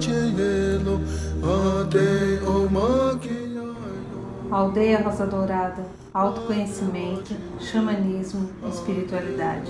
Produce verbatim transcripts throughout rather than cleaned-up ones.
Aldeia Rosa Dourada, autoconhecimento, xamanismo, espiritualidade.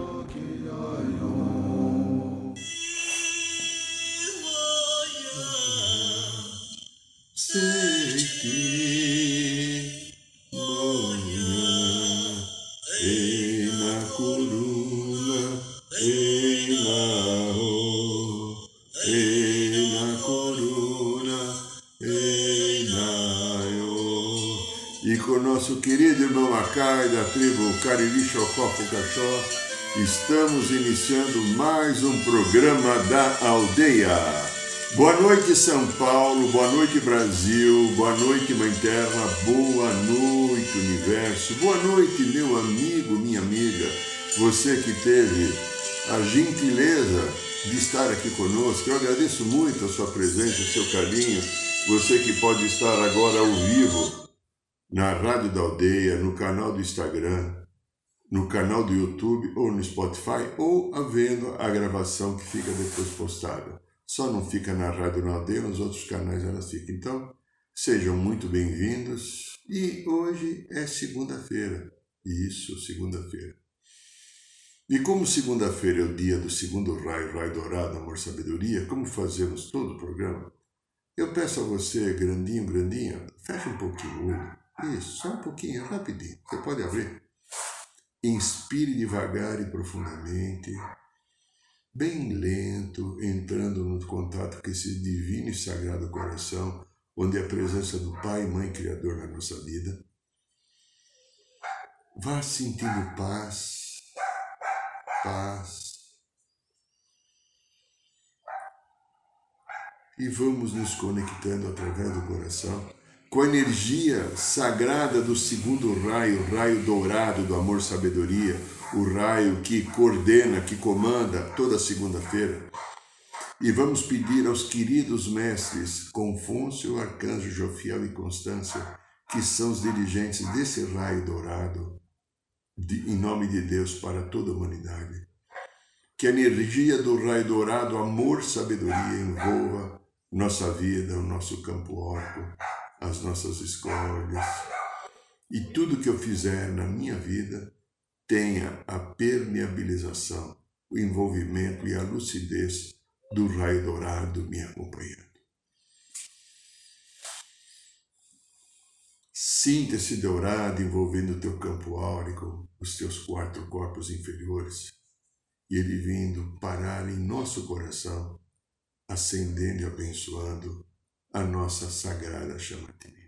E com o nosso querido irmão Acai da tribo Cariri Chocó Pucaxó, estamos iniciando mais um programa da aldeia. Boa noite, São Paulo, boa noite, Brasil, boa noite, Mãe Terra, boa noite, Universo, boa noite, meu amigo, minha amiga, você que teve a gentileza de estar aqui conosco. Eu agradeço muito a sua presença, o seu carinho, você que pode estar agora ao vivo na Rádio da Aldeia, no canal do Instagram, no canal do YouTube ou no Spotify, ou vendo a gravação que fica depois postada. Só não fica na Rádio da Aldeia, nos outros canais elas ficam. Então, sejam muito bem-vindos. E hoje é segunda-feira. Isso, segunda-feira. E como segunda-feira é o dia do segundo raio, raio dourado, amor, sabedoria, como fazemos todo o programa, eu peço a você, grandinho, grandinha, fecha um pouquinho o olho. Isso, só um pouquinho, rapidinho. Você pode abrir. Inspire devagar e profundamente, bem lento, entrando no contato com esse divino e sagrado coração, onde é a presença do Pai e Mãe Criador na nossa vida. Vá sentindo paz, paz. E vamos nos conectando através do coração com a energia sagrada do segundo raio, o raio dourado do amor-sabedoria, o raio que coordena, que comanda toda segunda-feira. E vamos pedir aos queridos mestres Confúcio, Arcanjo Jofiel e Constância, que são os dirigentes desse raio dourado, de, em nome de Deus, para toda a humanidade. Que a energia do raio dourado, amor-sabedoria, envolva nossa vida, o nosso campo órbico, as nossas escolhas, e tudo que eu fizer na minha vida tenha a permeabilização, o envolvimento e a lucidez do raio dourado me acompanhando. Sinta esse dourado envolvendo o teu campo áurico, os teus quatro corpos inferiores, e ele vindo parar em nosso coração, acendendo e abençoando a nossa sagrada chama divina.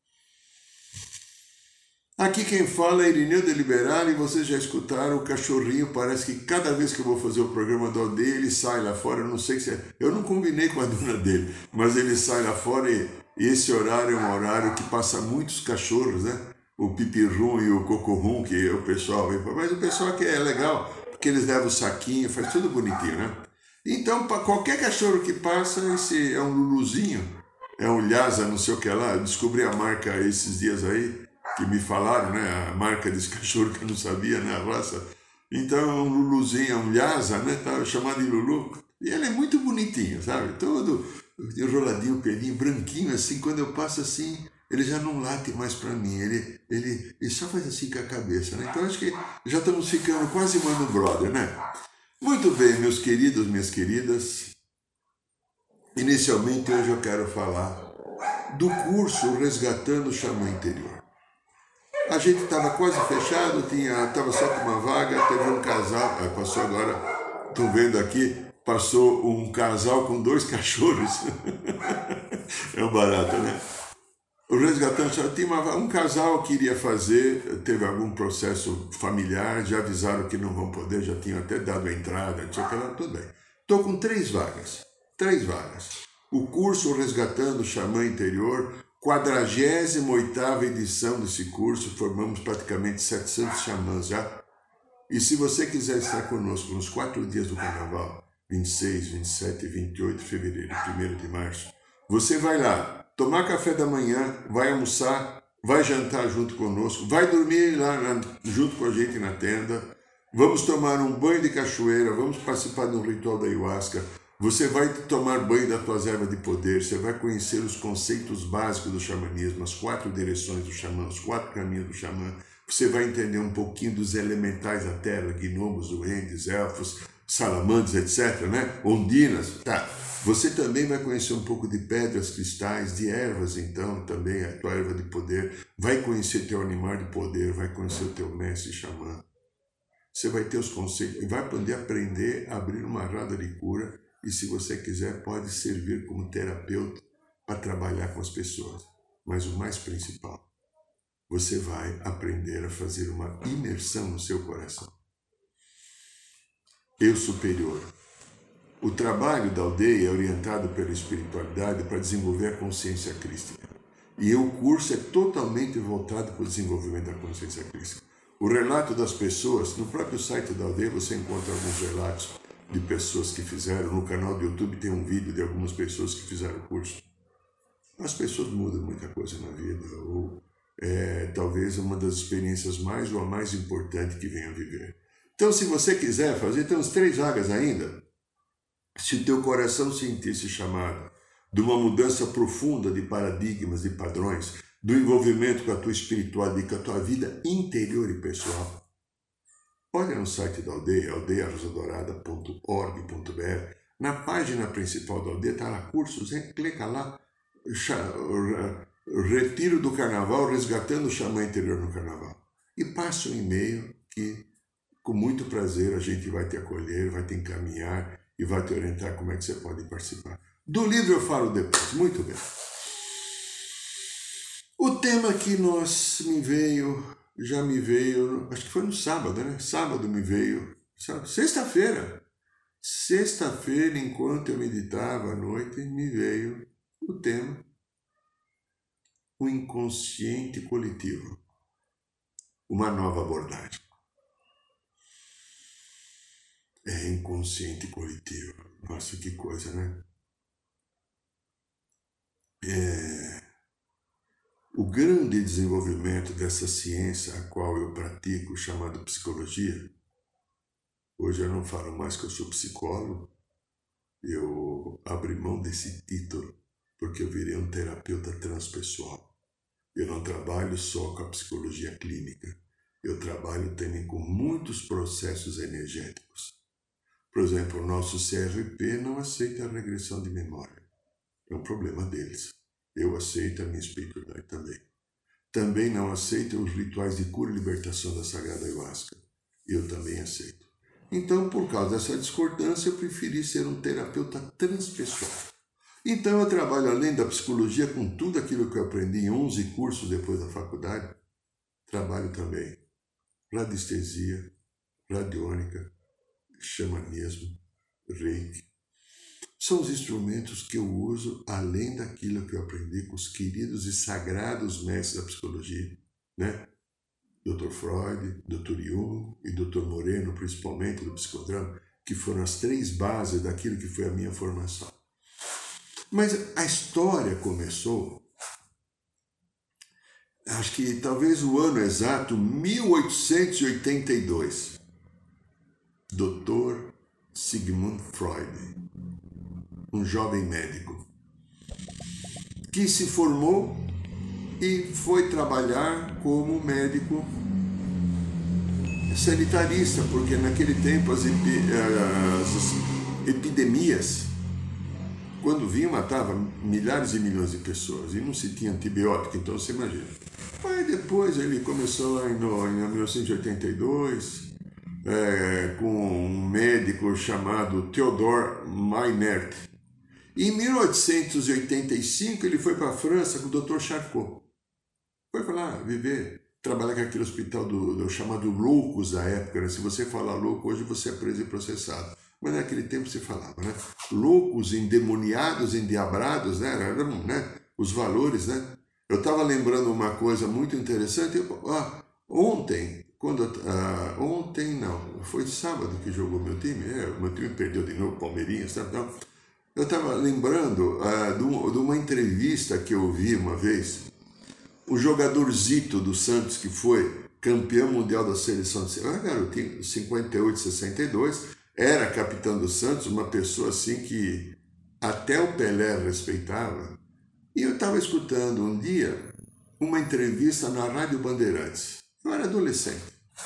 Aqui quem fala é Irineu de Liberal, e vocês já escutaram o cachorrinho. Parece que cada vez que eu vou fazer o programa da aldeia, ele sai lá fora. Eu não sei se é... Eu não combinei com a dona dele, mas ele sai lá fora, e esse horário é um horário que passa muitos cachorros, né? O pipirum e o cocorrum, que o pessoal vem. Mas o pessoal aqui é legal, porque eles levam o saquinho, faz tudo bonitinho, né? Então, para qualquer cachorro que passa, esse é um luluzinho. É um Lhasa, não sei o que lá. Eu descobri a marca esses dias aí, que me falaram, né? A marca desse cachorro que eu não sabia, né? A raça. Então é um Luluzinho, é um Lhasa, né? Tá chamado de Lulu. E ele é muito bonitinho, sabe? Todo enroladinho, pelinho, branquinho, assim. Quando eu passo assim, ele já não late mais para mim. Ele, ele, ele só faz assim com a cabeça, né? Então acho que já estamos ficando quase mano brother, né? Muito bem, meus queridos, minhas queridas. Inicialmente, hoje eu quero falar do curso Resgatando o Xamã Interior. A gente estava quase fechado, estava só com uma vaga, teve um casal, passou agora, estou vendo aqui, passou um casal com dois cachorros. É um barato, né? O Resgatando o Xamã, tinha uma, um casal que iria fazer, teve algum processo familiar, já avisaram que não vão poder, já tinham até dado a entrada, não sei o que lá, tudo bem. Estou com três vagas. Três vagas. O curso Resgatando o Xamã Interior, quadragésima oitava edição desse curso, formamos praticamente setecentos xamãs já. E se você quiser estar conosco nos quatro dias do carnaval, vinte e seis, vinte e sete e vinte e oito de fevereiro, primeiro de março, você vai lá tomar café da manhã, vai almoçar, vai jantar junto conosco, vai dormir lá na, junto com a gente na tenda, vamos tomar um banho de cachoeira, vamos participar de um ritual da ayahuasca, Você vai tomar banho das tuas ervas de poder, você vai conhecer os conceitos básicos do xamanismo, as quatro direções do xamã, os quatro caminhos do xamã. Você vai entender um pouquinho dos elementais da terra, gnomos, duendes, elfos, salamandras, etcétera, né? Ondinas, tá. Você também vai conhecer um pouco de pedras, cristais, de ervas, então, também a tua erva de poder. Vai conhecer teu animal de poder, vai conhecer o teu mestre xamã. Você vai ter os conceitos e vai poder aprender a abrir uma roda de cura e, se você quiser, pode servir como terapeuta para trabalhar com as pessoas. Mas o mais principal, você vai aprender a fazer uma imersão no seu coração. Eu superior. O trabalho da aldeia é orientado pela espiritualidade para desenvolver a consciência crística. E o curso é totalmente voltado para o desenvolvimento da consciência crística. O relato das pessoas, no próprio site da aldeia você encontra alguns relatos de pessoas que fizeram. No canal do YouTube tem um vídeo de algumas pessoas que fizeram o curso. As pessoas mudam muita coisa na vida, ou é, talvez uma das experiências mais ou a mais importante que venham a viver. Então, se você quiser fazer, tem uns três vagas ainda. Se o teu coração sentir esse chamado de uma mudança profunda de paradigmas, de padrões, do envolvimento com a tua espiritualidade, com a tua vida interior e pessoal, olha no site da aldeia, aldeia rosa dourada ponto org ponto b r. Na página principal da aldeia está lá, cursos, hein? Clica lá, retiro do carnaval, resgatando o xamã interior no carnaval. E passa um e-mail que, com muito prazer, a gente vai te acolher, vai te encaminhar e vai te orientar como é que você pode participar. Do livro eu falo depois. Muito bem. O tema que nós me veio, já me veio, acho que foi no sábado, né? Sábado me veio, sexta-feira. Sexta-feira, enquanto eu meditava à noite, me veio o tema, o inconsciente coletivo. Uma nova abordagem. É inconsciente coletivo. Nossa, que coisa, né? É... O grande desenvolvimento dessa ciência a qual eu pratico, chamada psicologia, hoje eu não falo mais que eu sou psicólogo, eu abri mão desse título porque eu virei um terapeuta transpessoal. Eu não trabalho só com a psicologia clínica, eu trabalho também com muitos processos energéticos. Por exemplo, o nosso C R P não aceita a regressão de memória. É um problema deles. Eu aceito a minha espiritualidade também. Também não aceito os rituais de cura e libertação da Sagrada Ayahuasca. Eu também aceito. Então, por causa dessa discordância, eu preferi ser um terapeuta transpessoal. Então, eu trabalho, além da psicologia, com tudo aquilo que eu aprendi em onze cursos depois da faculdade, trabalho também radiestesia, radiônica, xamanismo, reiki. São os instrumentos que eu uso além daquilo que eu aprendi com os queridos e sagrados mestres da psicologia, né? doutor Freud, doutor Jung e doutor Moreno, principalmente do psicodrama, que foram as três bases daquilo que foi a minha formação. Mas a história começou, acho que talvez o ano exato, mil oitocentos e oitenta e dois. doutor Sigmund Freud, um jovem médico, que se formou e foi trabalhar como médico sanitarista, porque naquele tempo as, epi, as epidemias, quando vinham, matavam milhares e milhões de pessoas e não se tinha antibiótico, então você imagina. Aí depois ele começou lá em, no, em mil novecentos e oitenta e dois, é, com um médico chamado Theodor Meinert. Em mil oitocentos e oitenta e cinco ele foi para a França com o doutor Charcot. Foi para lá viver, trabalhar com aquele hospital do, do chamado loucos da época, né? Se você falar louco, hoje você é preso e processado. Mas naquele tempo se falava, né? Loucos, endemoniados, endiabrados, né? Eram, né? Os valores, né? Eu estava lembrando uma coisa muito interessante. Eu, ah, ontem, quando ah, ontem não, foi sábado que jogou meu time. É, o meu time perdeu de novo, Palmeirinhas, sabe? Não. Eu estava lembrando ah, de, um, de uma entrevista que eu vi uma vez. O jogador Zito do Santos, que foi campeão mundial da seleção de... Ah, garotinho, cinquenta e oito, sessenta e dois, era capitão do Santos, uma pessoa assim que até o Pelé respeitava. E eu estava escutando um dia uma entrevista na Rádio Bandeirantes. Eu era adolescente.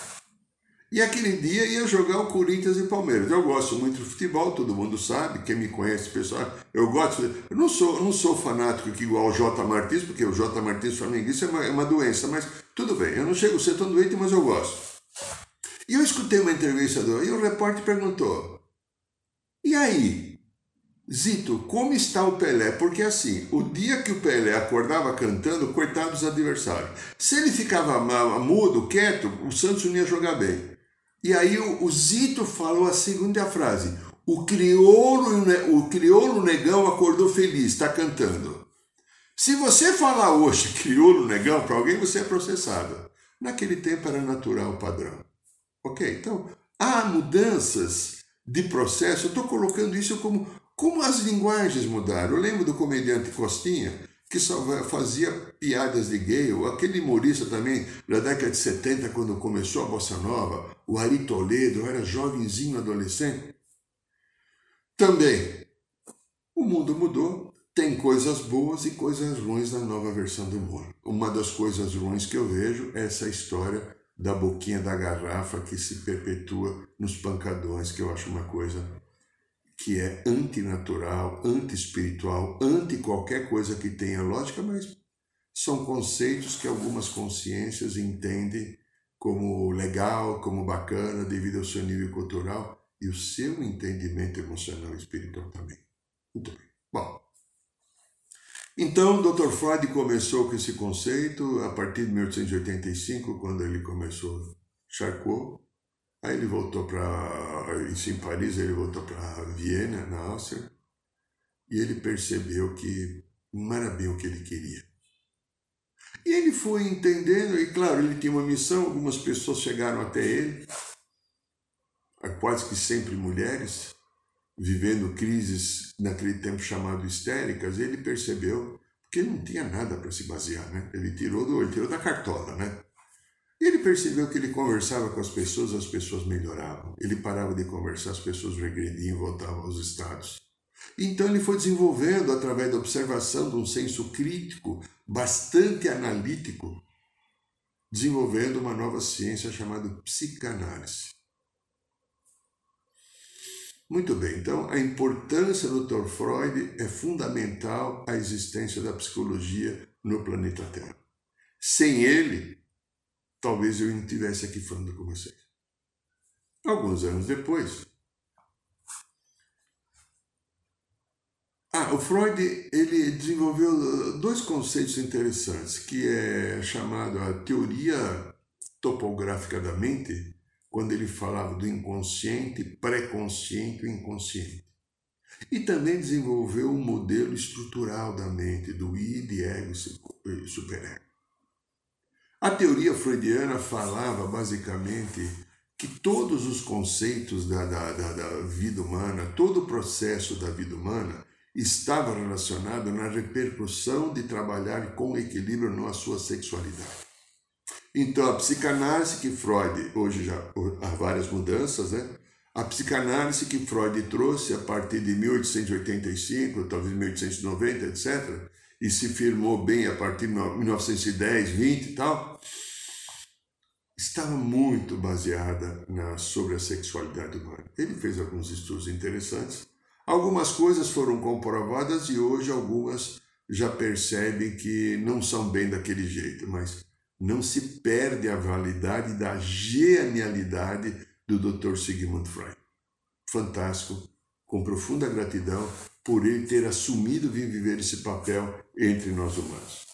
E aquele dia ia jogar o Corinthians e Palmeiras. Eu gosto muito de futebol, todo mundo sabe, quem me conhece, pessoal, eu gosto. Eu não sou, não sou fanático aqui igual o J. Martins, porque o J. Martins flamenguista é uma, é uma doença, mas tudo bem, eu não chego a ser tão doente, mas eu gosto. E eu escutei uma entrevista do, e o repórter perguntou: e aí, Zito, como está o Pelé? Porque assim, o dia que o Pelé acordava cantando, coitado dos adversários. Se ele ficava mudo, quieto, o Santos não ia jogar bem. E aí o, o Zito falou a segunda frase: o crioulo, o crioulo negão acordou feliz, está cantando. Se você falar hoje crioulo negão para alguém, você é processado. Naquele tempo era natural o padrão. Ok? Então, há mudanças de processo. Eu estou colocando isso como, como as linguagens mudaram. Eu lembro do comediante Costinha, que só fazia piadas de gay, ou aquele humorista também, na década de setenta, quando começou a Bossa Nova, o Ari Toledo, eu era jovenzinho, adolescente. Também, o mundo mudou, tem coisas boas e coisas ruins na nova versão do humor. Uma das coisas ruins que eu vejo é essa história da boquinha da garrafa que se perpetua nos pancadões, que eu acho uma coisa que é antinatural, anti-espiritual, anti qualquer coisa que tenha lógica, mas são conceitos que algumas consciências entendem como legal, como bacana, devido ao seu nível cultural e o seu entendimento emocional e espiritual também. Muito bem. Bom, então o doutor Freud começou com esse conceito a partir de mil oitocentos e oitenta e cinco, quando ele começou Charcot. Aí ele voltou para, isso em Paris, ele voltou para Viena, na Áustria, e ele percebeu que não era bem o que ele queria. E ele foi entendendo, e claro, ele tinha uma missão, algumas pessoas chegaram até ele, quase que sempre mulheres, vivendo crises naquele tempo chamado histéricas, e ele percebeu que ele não tinha nada para se basear, né? Ele tirou, do, ele tirou da cartola, né? E ele percebeu que ele conversava com as pessoas, as pessoas melhoravam. Ele parava de conversar, as pessoas regrediam, voltavam aos estados. Então ele foi desenvolvendo, através da observação de um senso crítico, bastante analítico, desenvolvendo uma nova ciência chamada psicanálise. Muito bem, então a importância do doutor Freud é fundamental à existência da psicologia no planeta Terra. Sem ele, talvez eu não estivesse aqui falando com vocês. Alguns anos depois, ah, o Freud ele desenvolveu dois conceitos interessantes, que é chamado a teoria topográfica da mente, quando ele falava do inconsciente, pré-consciente e inconsciente. E também desenvolveu um modelo estrutural da mente, do id, ego e superego. A teoria freudiana falava basicamente que todos os conceitos da, da, da, da vida humana, todo o processo da vida humana estava relacionado na repercussão de trabalhar com equilíbrio na sua sexualidade. Então a psicanálise que Freud, hoje já há várias mudanças, né? A psicanálise que Freud trouxe a partir de mil oitocentos e oitenta e cinco, talvez mil oitocentos e noventa, etcétera, e se firmou bem a partir de mil novecentos e dez, vinte e tal, estava muito baseada na, sobre a sexualidade humana. Ele fez alguns estudos interessantes. Algumas coisas foram comprovadas e hoje algumas já percebem que não são bem daquele jeito, mas não se perde a validade da genialidade do doutor Sigmund Freud. Fantástico, com profunda gratidão por ele ter assumido vir viver esse papel entre nós humanos.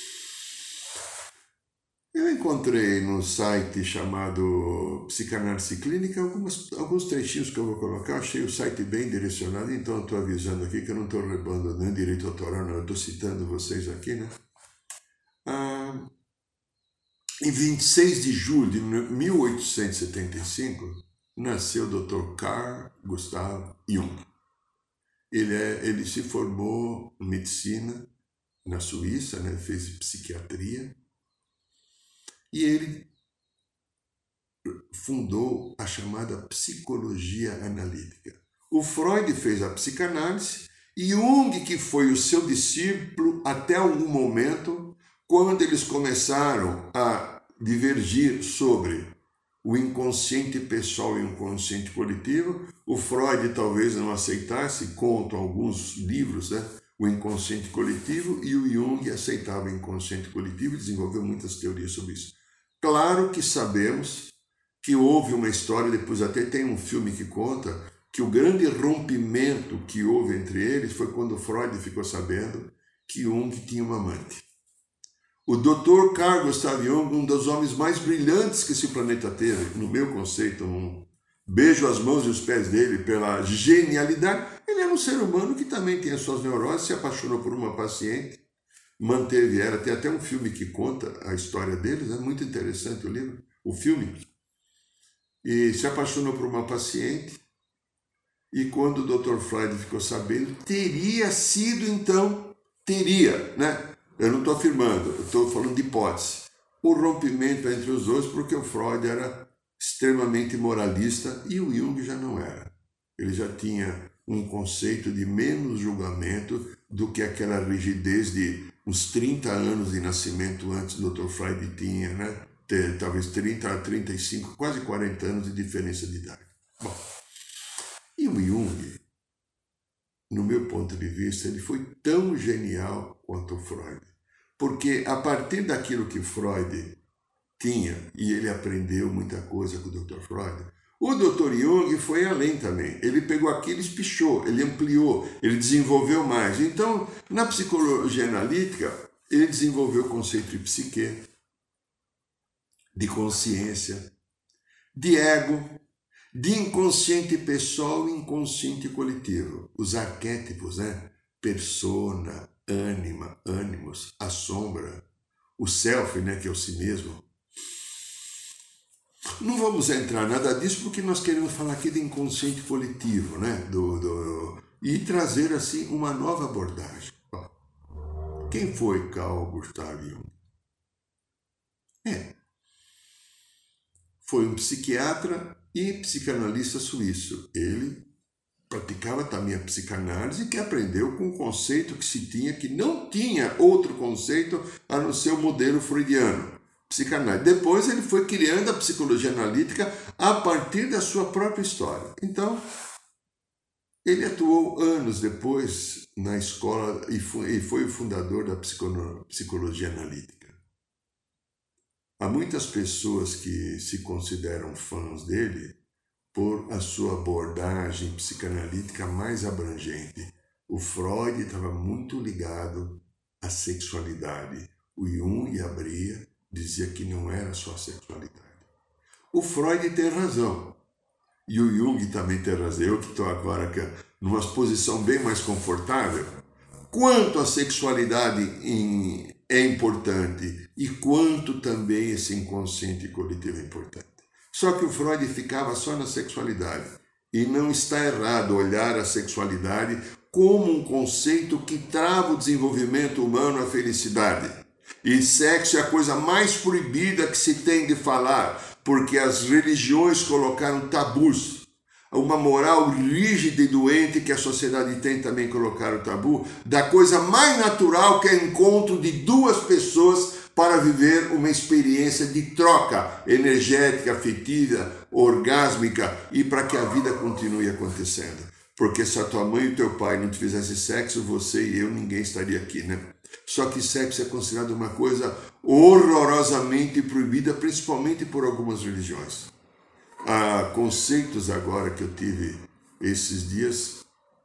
Eu encontrei no site chamado Psicanálise Clínica algumas, alguns trechinhos que eu vou colocar. Achei o site bem direcionado, então eu estou avisando aqui que eu não estou roubando nem direito autoral, não. Eu estou citando vocês aqui, né? Ah, em vinte e seis de julho de mil oitocentos e setenta e cinco, nasceu o doutor Carl Gustav Jung. Ele, é, ele se formou em medicina na Suíça, né? Fez psiquiatria. E ele fundou a chamada psicologia analítica. O Freud fez a psicanálise e Jung, que foi o seu discípulo até algum momento, quando eles começaram a divergir sobre o inconsciente pessoal e o inconsciente coletivo, o Freud talvez não aceitasse, contam alguns livros, né, o inconsciente coletivo, e o Jung aceitava o inconsciente coletivo e desenvolveu muitas teorias sobre isso. Claro que sabemos que houve uma história, depois até tem um filme que conta, que o grande rompimento que houve entre eles foi quando Freud ficou sabendo que Jung tinha uma amante. O doutor Carl Gustav Jung, um dos homens mais brilhantes que esse planeta teve, no meu conceito, um beijo as mãos e os pés dele pela genialidade. Ele era um ser humano que também tinha suas neuroses, se apaixonou por uma paciente, manteve ela. Tem até um filme que conta a história deles, é muito interessante o livro, o filme. E se apaixonou por uma paciente, e quando o doutor Freud ficou sabendo, teria sido então, teria, né? Eu não estou afirmando, eu estou falando de hipótese. O rompimento entre os dois, porque o Freud era extremamente moralista e o Jung já não era. Ele já tinha um conceito de menos julgamento do que aquela rigidez de uns trinta anos de nascimento antes do doutor Freud tinha, né? Ter, talvez trinta a trinta e cinco, quase quarenta anos de diferença de idade. Bom, e o Jung, no meu ponto de vista, ele foi tão genial quanto o Freud. Porque a partir daquilo que Freud tinha, e ele aprendeu muita coisa com o doutor Freud, o doutor Jung foi além também. Ele pegou aquilo e espichou, ele ampliou, ele desenvolveu mais. Então, na psicologia analítica, ele desenvolveu o conceito de psique, de consciência, de ego, de inconsciente pessoal e inconsciente coletivo. Os arquétipos, né? Persona, ânima, ânimos, a sombra, o self, né? Que é o si mesmo. Não vamos entrar nada disso porque nós queremos falar aqui de inconsciente coletivo, né? Do, do, e trazer assim uma nova abordagem. Quem foi Carl Gustav Jung? É, foi um psiquiatra e psicanalista suíço. Ele praticava também a psicanálise, que aprendeu com um conceito que se tinha, que não tinha outro conceito a não ser o modelo freudiano, psicanálise. Depois ele foi criando a psicologia analítica a partir da sua própria história. Então, ele atuou anos depois na escola e foi o fundador da psicologia analítica. Há muitas pessoas que se consideram fãs dele por a sua abordagem psicanalítica mais abrangente. O Freud estava muito ligado à sexualidade. O Jung abria, dizia que não era só a sexualidade. O Freud tem razão. E o Jung também tem razão. Eu que estou agora numa posição bem mais confortável. Quanto a sexualidade em é importante e quanto também esse inconsciente coletivo é importante. Só que o Freud ficava só na sexualidade. E não está errado olhar a sexualidade como um conceito que trava o desenvolvimento humano, a felicidade. E sexo é a coisa mais proibida que se tem de falar, porque as religiões colocaram tabus. Uma moral rígida e doente que a sociedade tem também colocar o tabu, da coisa mais natural que é o encontro de duas pessoas para viver uma experiência de troca energética, afetiva, orgásmica e para que a vida continue acontecendo. Porque se a tua mãe e o teu pai não te fizessem sexo, você e eu, ninguém estaria aqui, né? Só que sexo é considerado uma coisa horrorosamente proibida, principalmente por algumas religiões. Há conceitos agora que eu tive esses dias,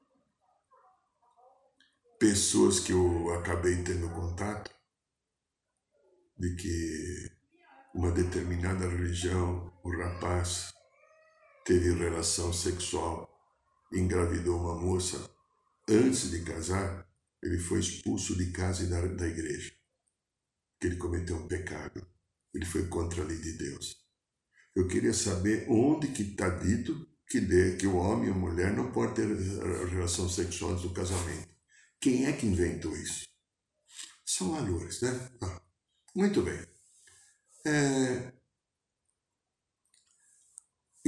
pessoas que eu acabei tendo contato, de que uma determinada religião, o rapaz teve relação sexual, engravidou uma moça, antes de casar, ele foi expulso de casa e da, da igreja, porque ele cometeu um pecado, ele foi contra a lei de Deus. Eu queria saber onde que está dito que, de, que o homem e a mulher não podem ter relação sexual antes do casamento. Quem é que inventou isso? São valores, né? Ah, muito bem. É,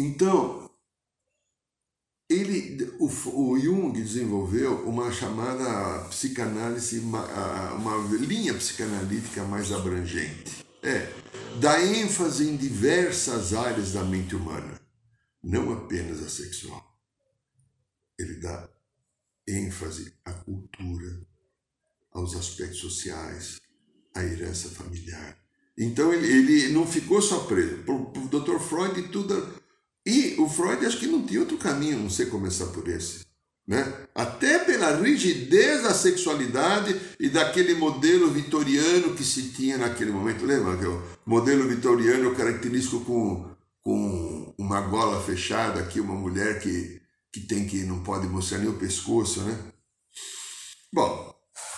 Então, ele, o, o Jung desenvolveu uma chamada psicanálise, uma, uma linha psicanalítica mais abrangente. É, dá ênfase em diversas áreas da mente humana, não apenas a sexual. Ele dá ênfase à cultura, aos aspectos sociais, à herança familiar. Então ele, ele não ficou só preso. Para o doutor Freud, tudo... E o Freud acho que não tinha outro caminho, não sei começar por esse. Né? Até pela rigidez da sexualidade e daquele modelo vitoriano que se tinha naquele momento. Lembra que o modelo vitoriano característico com, com uma gola fechada, aqui uma mulher que, que, tem que não pode mostrar nem o pescoço, né? Bom,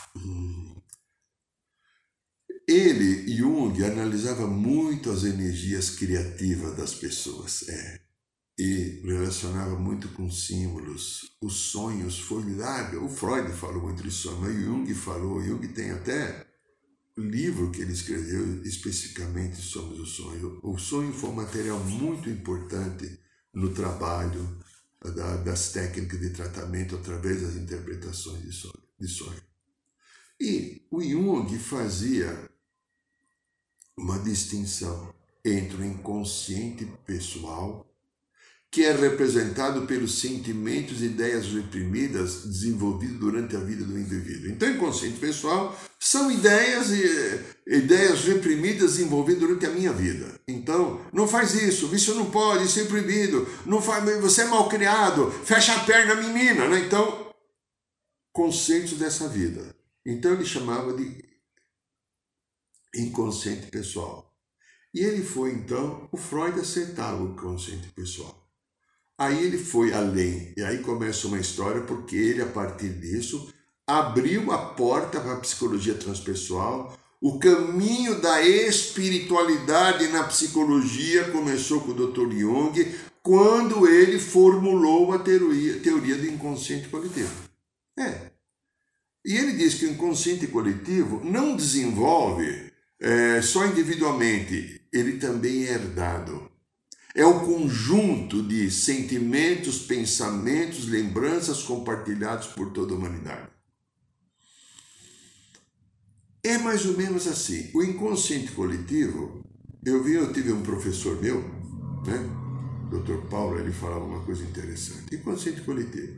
ele, Jung, analisava muito as energias criativas das pessoas, é, e relacionava muito com símbolos, os sonhos formidáveis. O Freud falou muito de sonho, mas Jung falou, Jung tem até um livro que ele escreveu especificamente sobre o sonho. O sonho foi um material muito importante no trabalho da, das técnicas de tratamento através das interpretações de sonho. De sonho. E o Jung fazia uma distinção entre o inconsciente pessoal, que é representado pelos sentimentos e ideias reprimidas desenvolvidos durante a vida do indivíduo. Então, o inconsciente pessoal são ideias e ideias reprimidas desenvolvidas durante a minha vida. Então, não faz isso, isso não pode, isso é proibido, não faz, você é mal criado, fecha a perna, menina, né? Então, conceitos dessa vida. Então, ele chamava de inconsciente pessoal. E ele foi, então, o Freud acertava o inconsciente pessoal. Aí ele foi além, e aí começa uma história, porque ele, a partir disso, abriu a porta para a psicologia transpessoal. O caminho da espiritualidade na psicologia começou com o doutor Jung, quando ele formulou a teoria, teoria do inconsciente coletivo. É. E ele diz que o inconsciente coletivo não desenvolve é, só individualmente, ele também é herdado. É o conjunto de sentimentos, pensamentos, lembranças compartilhados por toda a humanidade. É mais ou menos assim. O inconsciente coletivo, eu vi, eu tive um professor meu, né, doutor Paulo, ele falava uma coisa interessante. Inconsciente coletivo.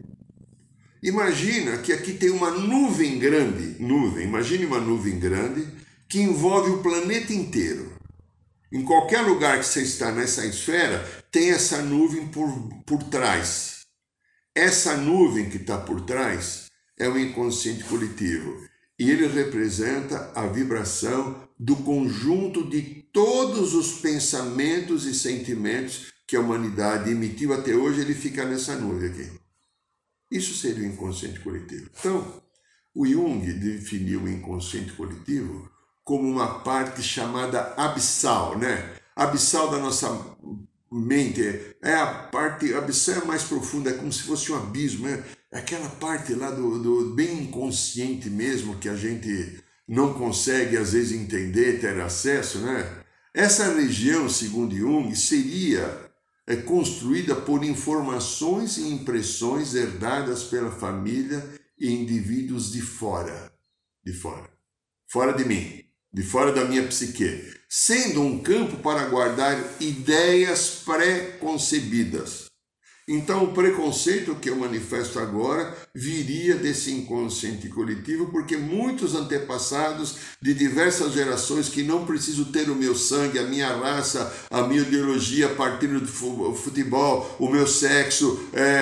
Imagina que aqui tem uma nuvem grande, nuvem, imagine uma nuvem grande que envolve o planeta inteiro. Em qualquer lugar que você está nessa esfera, tem essa nuvem por, por trás. Essa nuvem que está por trás é o inconsciente coletivo. E ele representa a vibração do conjunto de todos os pensamentos e sentimentos que a humanidade emitiu até hoje. Ele fica nessa nuvem aqui. Isso seria o inconsciente coletivo. Então, o Jung definiu o inconsciente coletivo como uma parte chamada abissal, né? Abissal da nossa mente, é a parte, abissal é mais profunda, é como se fosse um abismo, né? É aquela parte lá do, do bem inconsciente mesmo, que a gente não consegue às vezes entender, ter acesso, né? Essa região, segundo Jung, seria é, construída por informações e impressões herdadas pela família e indivíduos de fora, de fora, fora de mim. De fora da minha psique, sendo um campo para guardar ideias pré-concebidas. Então, o preconceito que eu manifesto agora viria desse inconsciente coletivo, porque muitos antepassados de diversas gerações que não precisam ter o meu sangue, a minha raça, a minha ideologia partindo do futebol, o meu sexo,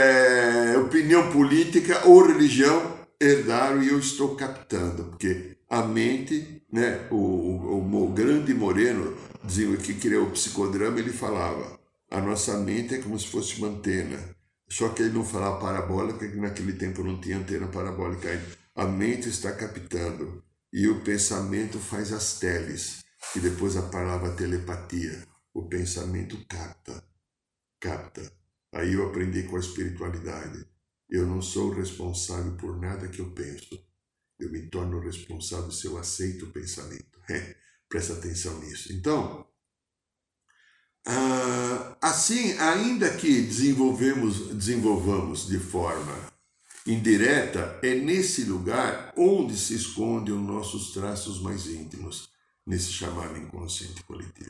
é, opinião política ou religião, herdaram, e eu estou captando, porque a mente, né, o, o, o grande Moreno, que criou o psicodrama, ele falava, a nossa mente é como se fosse uma antena, só que ele não falava parabólica, porque naquele tempo não tinha antena parabólica ainda. A mente está captando, e o pensamento faz as teles, e depois a palavra telepatia, o pensamento capta, capta. Aí eu aprendi com a espiritualidade, eu não sou responsável por nada que eu penso. Eu me torno responsável se eu aceito o pensamento. É, presta atenção nisso. Então, Ah, assim, ainda que desenvolvemos, desenvolvamos de forma indireta, é nesse lugar onde se escondem os nossos traços mais íntimos, nesse chamado inconsciente coletivo.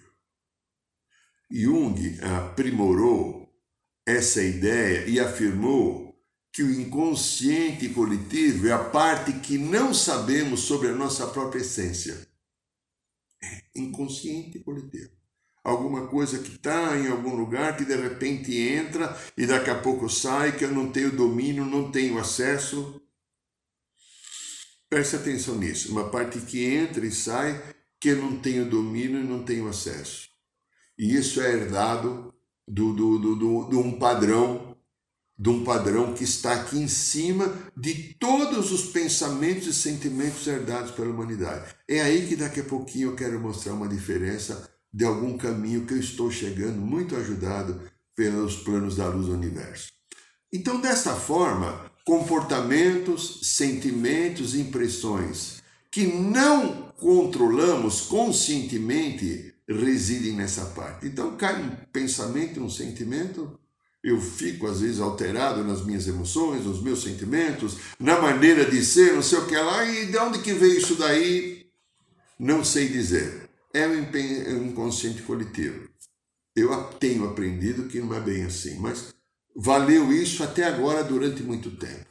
Jung aprimorou essa ideia e afirmou que o inconsciente coletivo é a parte que não sabemos sobre a nossa própria essência. É inconsciente coletivo. Alguma coisa que está em algum lugar que de repente entra e daqui a pouco sai, que eu não tenho domínio, não tenho acesso. Preste atenção nisso. Uma parte que entra e sai que eu não tenho domínio e não tenho acesso. E isso é herdado do, do, do, do, de um padrão, de um padrão que está aqui em cima de todos os pensamentos e sentimentos herdados pela humanidade. É aí que daqui a pouquinho eu quero mostrar uma diferença de algum caminho que eu estou chegando, muito ajudado pelos planos da luz do universo. Então, dessa forma, comportamentos, sentimentos, impressões que não controlamos conscientemente residem nessa parte. Então, cai um pensamento, um sentimento, eu fico às vezes alterado nas minhas emoções, nos meus sentimentos, na maneira de ser, não sei o que lá, e de onde que veio isso daí? Não sei dizer. É um inconsciente coletivo. Eu tenho aprendido que não é bem assim, mas valeu isso até agora durante muito tempo.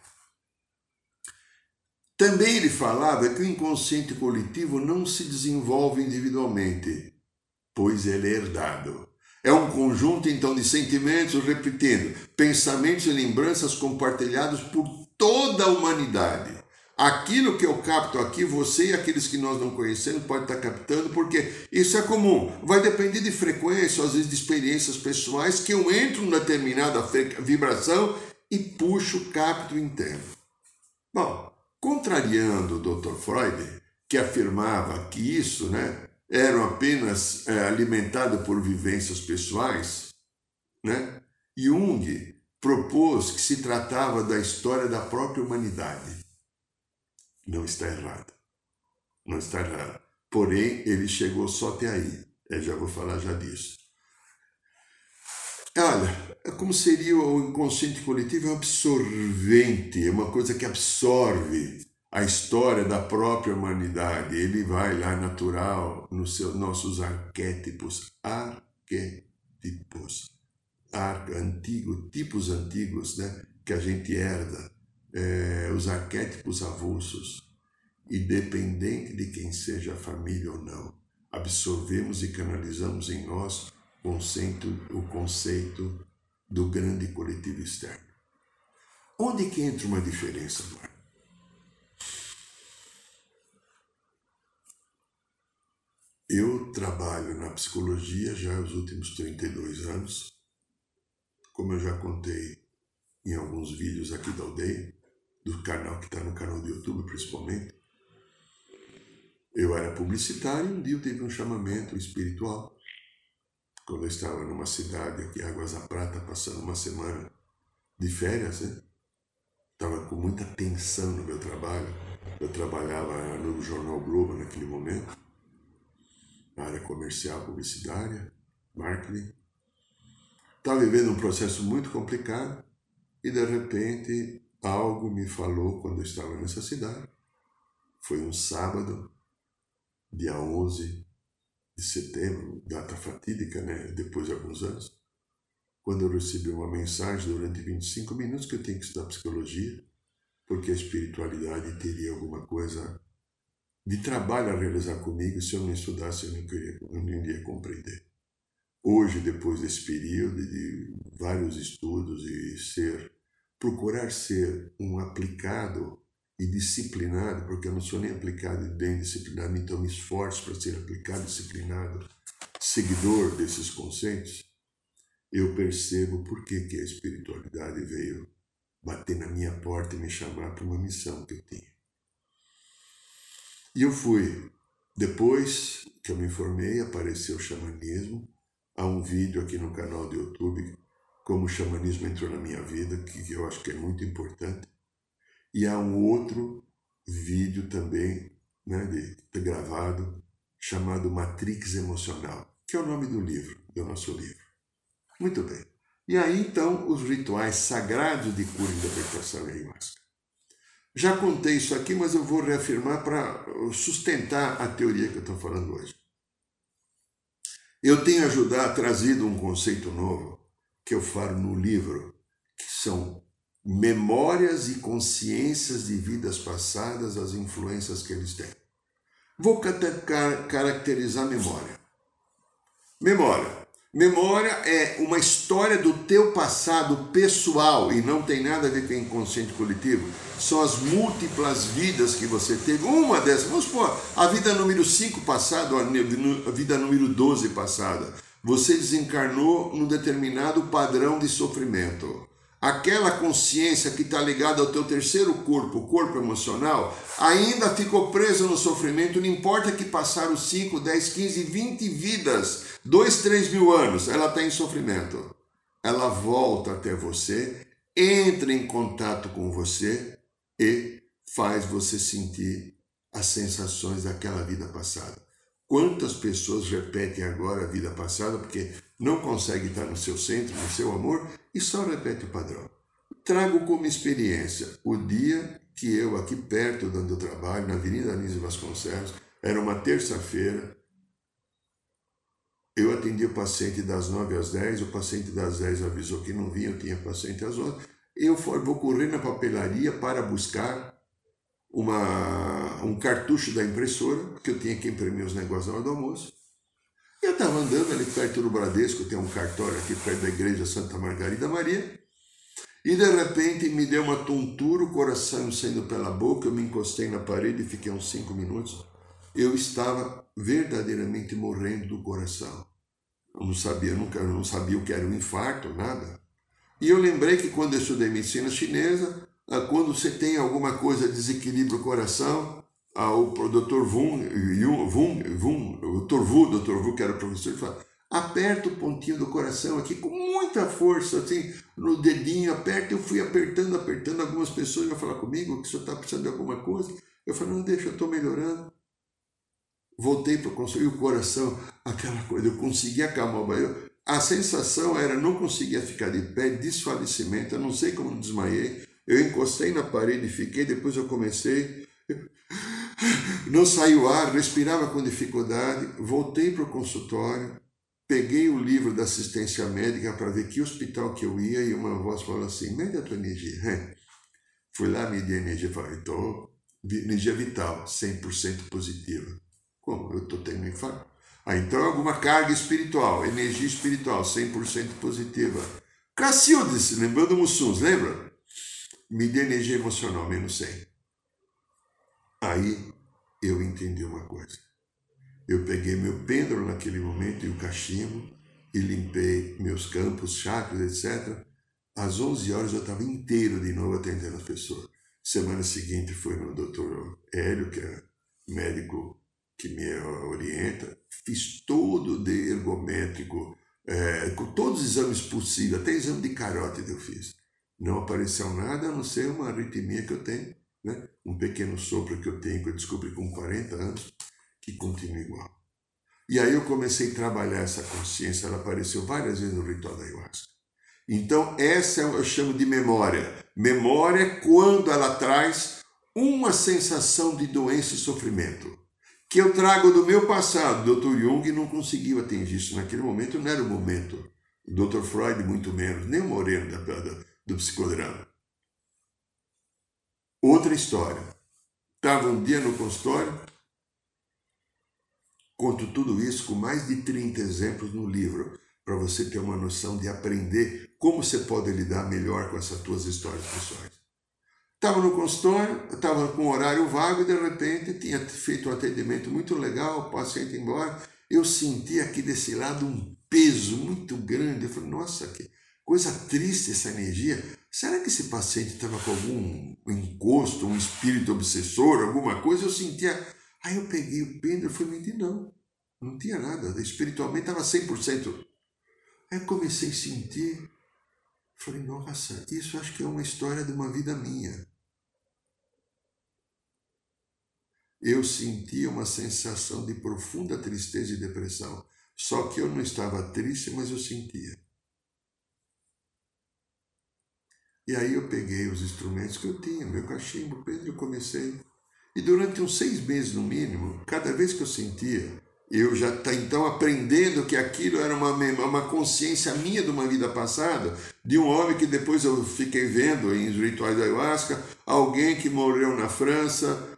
Também ele falava que o inconsciente coletivo não se desenvolve individualmente, pois ele é herdado. É um conjunto, então, de sentimentos, repetindo, pensamentos e lembranças compartilhados por toda a humanidade. Aquilo que eu capto aqui, você e aqueles que nós não conhecemos podem estar captando, porque isso é comum. Vai depender de frequência, às vezes de experiências pessoais, que eu entro numa determinada vibração e puxo, capto e entendo. Bom, contrariando o doutor Freud, que afirmava que isso, né, eram apenas é, alimentados por vivências pessoais, né, Jung propôs que se tratava da história da própria humanidade. Não está errado. Não está errado. Porém, ele chegou só até aí. Eu já vou falar já disso. Olha, como seria o inconsciente coletivo? É um absorvente, é uma coisa que absorve a história da própria humanidade. Ele vai lá natural nos seus, nossos arquétipos. Arquétipos. Ar, antigo, tipos antigos, né, que a gente herda. É, os arquétipos avulsos, independente de quem seja a família ou não, absorvemos e canalizamos em nós o conceito, o conceito do grande coletivo externo. Onde que entra uma diferença, agora? Eu trabalho na psicologia já os últimos trinta e dois anos, como eu já contei em alguns vídeos aqui da aldeia, do canal que está no canal do YouTube principalmente. Eu era publicitário e um dia eu tive um chamamento espiritual. Quando eu estava numa cidade aqui, Águas da Prata, passando uma semana de férias, né? Estava com muita tensão no meu trabalho. Eu trabalhava no Jornal Globo naquele momento, na área comercial, publicitária, marketing. Estava vivendo um processo muito complicado e de repente algo me falou quando eu estava nessa cidade. Foi um sábado, dia onze de setembro, data fatídica, né? Depois de alguns anos, quando eu recebi uma mensagem durante vinte e cinco minutos que eu tenho que estudar psicologia, porque a espiritualidade teria alguma coisa de trabalho a realizar comigo. Se eu não estudasse, eu não, queria, eu não iria compreender. Hoje, depois desse período de vários estudos e ser procurar ser um aplicado e disciplinado, porque eu não sou nem aplicado e bem disciplinado, então me esforço para ser aplicado e disciplinado, seguidor desses conceitos, eu percebo por que, que a espiritualidade veio bater na minha porta e me chamar para uma missão que eu tinha. E eu fui. Depois que eu me formei, apareceu o xamanismo. Há um vídeo aqui no canal do YouTube, como o xamanismo entrou na minha vida, que eu acho que é muito importante. E há um outro vídeo também, né, de, de gravado, chamado Matrix Emocional, que é o nome do livro, do nosso livro. Muito bem. E aí, então, os rituais sagrados de cura e libertação e ayahuasca. Já contei isso aqui, mas eu vou reafirmar para sustentar a teoria que eu estou falando hoje. Eu tenho ajudado, trazido um conceito novo que eu falo no livro, que são memórias e consciências de vidas passadas, as influências que eles têm. Vou caracterizar a memória. Memória. Memória é uma história do teu passado pessoal e não tem nada a ver com o inconsciente coletivo. São as múltiplas vidas que você teve. Uma dessas, vamos supor, a vida número cinco passada, a vida número doze passada. Você desencarnou num determinado padrão de sofrimento. Aquela consciência que está ligada ao teu terceiro corpo, o corpo emocional, ainda ficou presa no sofrimento, não importa que passaram cinco, dez, quinze, vinte vidas, dois, três mil anos, ela está em sofrimento. Ela volta até você, entra em contato com você e faz você sentir as sensações daquela vida passada. Quantas pessoas repetem agora a vida passada porque não conseguem estar no seu centro, no seu amor, e só repete o padrão. Trago como experiência o dia que eu, aqui perto de onde eu trabalho, na Avenida Anísio Vasconcelos, era uma terça-feira, eu atendi o paciente das nove às dez, o paciente das dez avisou que não vinha, eu tinha paciente às onze, eu vou correr na papelaria para buscar uma, um cartucho da impressora, porque eu tinha que imprimir os negócios na hora do almoço. Eu estava andando ali perto do Bradesco, tem um cartório aqui perto da igreja Santa Margarida Maria, e de repente me deu uma tontura, o coração saindo pela boca, eu me encostei na parede e fiquei uns cinco minutos. Eu estava verdadeiramente morrendo do coração. Eu não sabia, nunca, eu não sabia o que era um infarto, nada. E eu lembrei que quando eu estudei medicina chinesa, quando você tem alguma coisa, desequilibra o coração, o doutor Vun, Vun, Vun, o doutor Vu, doutor Vu, que era o professor, ele fala, aperta o pontinho do coração aqui com muita força, assim, no dedinho, aperta. Eu fui apertando, apertando, algumas pessoas iam falar comigo que o senhor está precisando de alguma coisa. Eu falei, não, deixa, eu estou melhorando. Voltei para construir o coração, aquela coisa, eu consegui acalmar o banho. A sensação era, não conseguia ficar de pé, desfalecimento, eu não sei como desmaiei. Eu encostei na parede e fiquei, depois eu comecei, não saiu ar, respirava com dificuldade, voltei para o consultório, peguei o livro da assistência médica para ver que hospital que eu ia e uma voz falou assim, mede a tua energia. Fui lá, medi a energia e falei, estou, energia vital, cem por cento positiva. Como? Eu estou tendo um infarto. Ah, então é alguma carga espiritual, energia espiritual, cem por cento positiva. Cacildes, lembrando Mussuns, lembra? Medi a energia emocional, menos cem. Aí eu entendi uma coisa. Eu peguei meu pêndulo naquele momento e o cachimbo e limpei meus campos, chakras, etcétera. Às onze horas eu estava inteiro de novo atendendo as pessoas. Semana seguinte fui no doutor Hélio, que é médico que me orienta. Fiz todo de ergométrico, é, com todos os exames possíveis, até exame de carótide eu fiz. Não apareceu nada, a não ser uma arritmia que eu tenho, né? Um pequeno sopro que eu tenho, que eu descobri com quarenta anos, que continua igual. E aí eu comecei a trabalhar essa consciência, ela apareceu várias vezes no ritual da ayahuasca. Então essa eu chamo de memória. Memória é quando ela traz uma sensação de doença e sofrimento, que eu trago do meu passado. O doutor Jung não conseguiu atingir isso naquele momento, não era o momento. O doutor Freud muito menos, nem o Moreno da, da, do psicodrama. Outra história. Estava um dia no consultório, conto tudo isso com mais de trinta exemplos no livro, para você ter uma noção de aprender como você pode lidar melhor com essas tuas histórias pessoais. Estava no consultório, estava com um horário vago e de repente tinha feito um atendimento muito legal, o paciente ia embora. Eu senti aqui desse lado um peso muito grande. Eu falei, nossa, que coisa triste essa energia. Será que esse paciente estava com algum encosto, um espírito obsessor, alguma coisa? Eu sentia... Aí eu peguei o pêndulo e fui medir, não, não tinha nada. Espiritualmente estava cem por cento. Aí eu comecei a sentir, falei, nossa, isso acho que é uma história de uma vida minha. Eu senti uma sensação de profunda tristeza e depressão. Só que eu não estava triste, mas eu sentia. E aí eu peguei os instrumentos que eu tinha, meu cachimbo, e eu comecei. E durante uns seis meses no mínimo, cada vez que eu sentia, eu já estava então aprendendo que aquilo era uma, uma consciência minha de uma vida passada, de um homem que depois eu fiquei vendo em rituais da ayahuasca, alguém que morreu na França,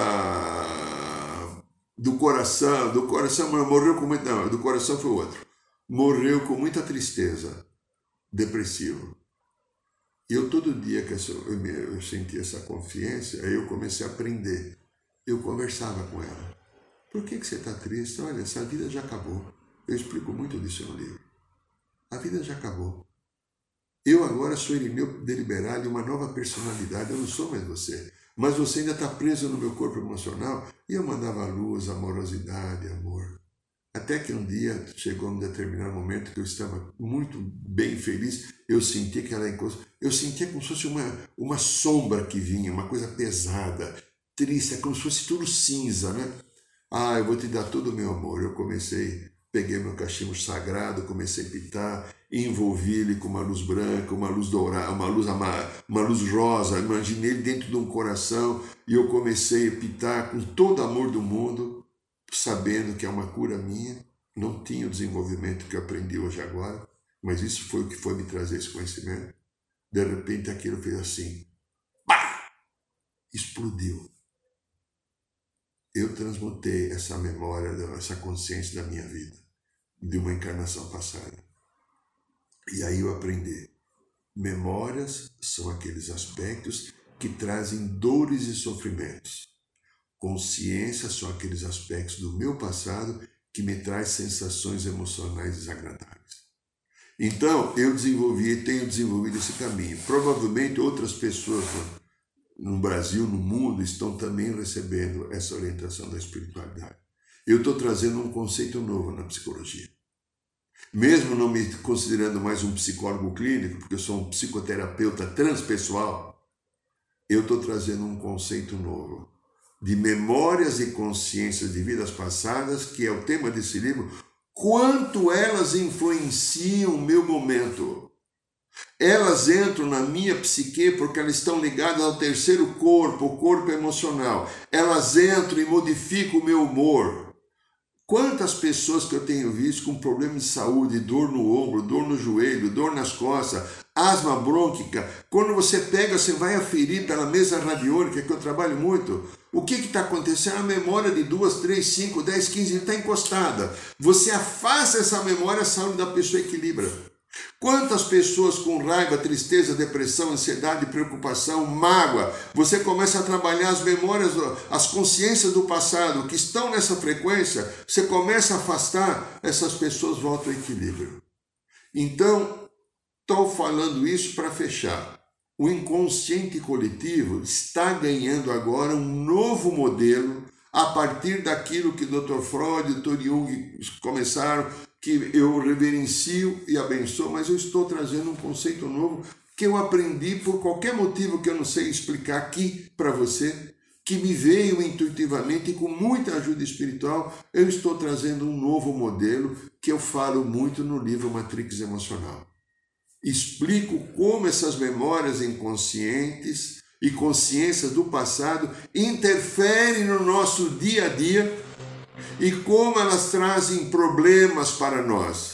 ah, do coração, do coração, morreu com muita, não, do coração foi outro, morreu com muita tristeza, depressivo. E eu todo dia que eu, eu senti essa consciência, aí eu comecei a aprender. Eu conversava com ela. Por que, que você está triste? Olha, essa vida já acabou. Eu explico muito disso no livro. A vida já acabou. Eu agora sou Irineu deliberado de uma nova personalidade. Eu não sou mais você. Mas você ainda está preso no meu corpo emocional. E eu mandava luz, amorosidade, amor. Até que um dia chegou um determinado momento que eu estava muito bem feliz, eu senti que ela encostou, eu sentia como se fosse uma, uma sombra que vinha, uma coisa pesada, triste, como se fosse tudo cinza, né? Ah, eu vou te dar todo o meu amor. Eu comecei, peguei meu cachimbo sagrado, comecei a pitar, envolvi ele com uma luz branca, uma luz dourada, uma luz, uma, uma luz rosa, imaginei ele dentro de um coração e eu comecei a pitar com todo o amor do mundo, sabendo que é uma cura minha, não tinha o desenvolvimento que eu aprendi hoje agora, mas isso foi o que foi me trazer esse conhecimento. De repente aquilo fez assim, pá! Explodiu. Eu transmutei essa memória, essa consciência da minha vida, de uma encarnação passada. E aí eu aprendi. Memórias são aqueles aspectos que trazem dores e sofrimentos. Consciência são aqueles aspectos do meu passado que me traz sensações emocionais desagradáveis. Então, eu desenvolvi e tenho desenvolvido esse caminho. Provavelmente outras pessoas no Brasil, no mundo, estão também recebendo essa orientação da espiritualidade. Eu estou trazendo um conceito novo na psicologia. Mesmo não me considerando mais um psicólogo clínico, porque eu sou um psicoterapeuta transpessoal, eu estou trazendo um conceito novo de memórias e consciências de vidas passadas, que é o tema desse livro, quanto elas influenciam o meu momento. Elas entram na minha psique porque elas estão ligadas ao terceiro corpo, o corpo emocional. Elas entram e modificam o meu humor. Quantas pessoas que eu tenho visto com problemas de saúde, dor no ombro, dor no joelho, dor nas costas, asma brônquica, quando você pega, você vai aferir pela mesa radiônica, que eu trabalho muito, o que está acontecendo? A memória de duas, três, cinco, dez, quinze está encostada. Você afasta essa memória, a saúde da pessoa equilibra. Quantas pessoas com raiva, tristeza, depressão, ansiedade, preocupação, mágoa, você começa a trabalhar as memórias, as consciências do passado que estão nessa frequência, você começa a afastar, essas pessoas voltam ao equilíbrio. Então, estou falando isso para fechar. O inconsciente coletivo está ganhando agora um novo modelo a partir daquilo que o doutor Freud e o doutor Jung começaram, que eu reverencio e abençoo, mas eu estou trazendo um conceito novo que eu aprendi por qualquer motivo que eu não sei explicar aqui para você, que me veio intuitivamente e com muita ajuda espiritual, eu estou trazendo um novo modelo que eu falo muito no livro Matrix Emocional. Explico como essas memórias inconscientes e consciências do passado interferem no nosso dia a dia e como elas trazem problemas para nós.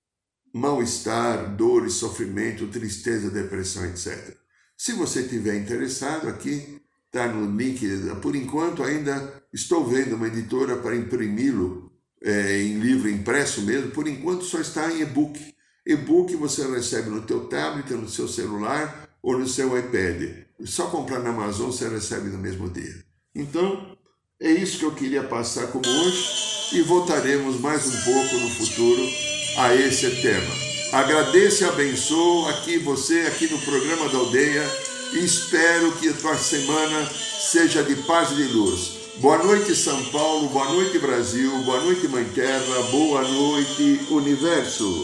Mal-estar, dores, sofrimento, tristeza, depressão, etcétera. Se você estiver interessado, aqui está no link. Por enquanto ainda estou vendo uma editora para imprimi-lo é, em livro impresso mesmo. Por enquanto só está em e-book. E-book você recebe no teu tablet, no seu celular ou no seu iPad. Só comprar na Amazon você recebe no mesmo dia. Então, é isso que eu queria passar como hoje e voltaremos mais um pouco no futuro a esse tema. Agradeço e abençoo aqui você, aqui no programa da Aldeia, e espero que a tua semana seja de paz e de luz. Boa noite, São Paulo, boa noite, Brasil, boa noite, Mãe Terra, boa noite, Universo.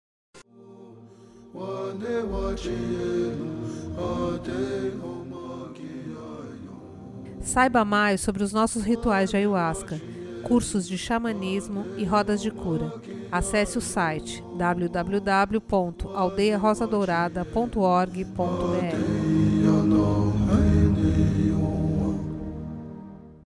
One day watching, all day, oh my. Saiba mais sobre os nossos rituais de ayahuasca, cursos de xamanismo e rodas de cura. Acesse o site w w w ponto aldeia rosa dourada ponto org ponto b r.